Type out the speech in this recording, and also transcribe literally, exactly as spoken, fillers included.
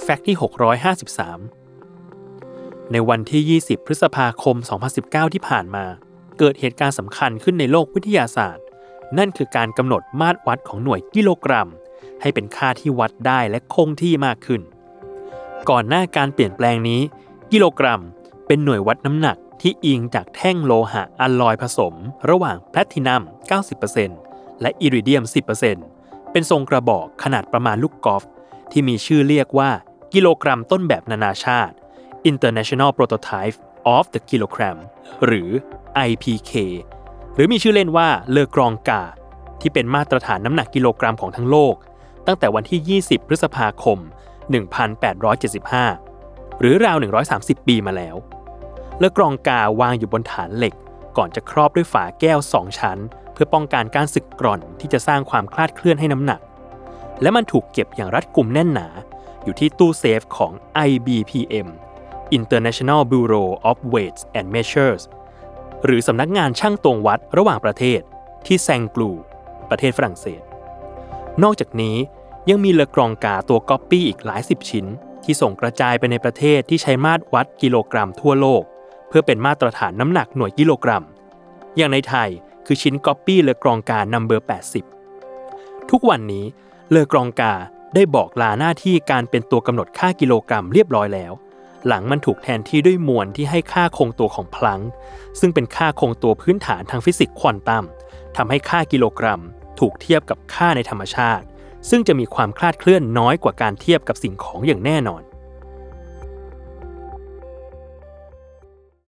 ฟกต์ที่หกร้อยห้าสิบสามในวันที่ยี่สิบพฤษภาคมสองพันสิบเก้าที่ผ่านมาเกิดเหตุการณ์สำคัญขึ้นในโลกวิทยาศาสตร์นั่นคือการกำหนดมาตรวัดของหน่วยกิโลกรัมให้เป็นค่าที่วัดได้และคงที่มากขึ้นก่อนหน้าการเปลี่ยนแปลงนี้กิโลกรัมเป็นหน่วยวัดน้ำหนักที่อิงจากแท่งโลหะอัลลอยผสมระหว่างแพลทินัม เก้าสิบเปอร์เซ็นต์ และอิริเดียม สิบเปอร์เซ็นต์ เป็นทรงกระบอกขนาดประมาณลูกกอล์ฟที่มีชื่อเรียกว่ากิโลกรัมต้นแบบนานาชาติ International Prototype of the Kilogram หรือ ไอ พี เค หรือมีชื่อเล่นว่าเลอกรองกาที่เป็นมาตรฐานน้ำหนักกิโลกรัมของทั้งโลกตั้งแต่วันที่ยี่สิบพฤษภาคมหนึ่งพันแปดร้อยเจ็ดสิบห้าหรือราวหนึ่งร้อยสามสิบปีมาแล้วเลอกรองกาวางอยู่บนฐานเหล็กก่อนจะครอบด้วยฝาแก้วสองชั้นเพื่อป้องกันการสึกกร่อนที่จะสร้างความคลาดเคลื่อนให้น้ำหนักและมันถูกเก็บอย่างรัดกุมแน่นหนาอยู่ที่ตู้เซฟของ ไอ บี พี เอ็ม International Bureau of Weights and Measures หรือสำนักงานช่างตวงวัดระหว่างประเทศที่แซงกลูประเทศฝรั่งเศสนอกจากนี้ยังมีเลอกรองกาตัวก๊อปปี้อีกหลายสิบชิ้นที่ส่งกระจายไปในประเทศที่ใช้มาตรวัดกิโลกรัมทั่วโลกเพื่อเป็นมาตรฐานน้ำหนักหน่วยกิโลกรัมอย่างในไทยคือชิ้นก๊อปปี้เลอกรองกานัมเบอร์แปดสิบทุกวันนี้เลอกรองกาได้บอกลาหน้าที่การเป็นตัวกำหนดค่ากิโลกรัมเรียบร้อยแล้วหลังมันถูกแทนที่ด้วยมวลที่ให้ค่าคงตัวของพลังก์ซึ่งเป็นค่าคงตัวพื้นฐานทางฟิสิกส์ควอนตัมทำให้ค่ากิโลกรัมถูกเทียบกับค่าในธรรมชาติซึ่งจะมีความคลาดเคลื่อนน้อยกว่าการเทียบกับสิ่งของอย่างแน่นอน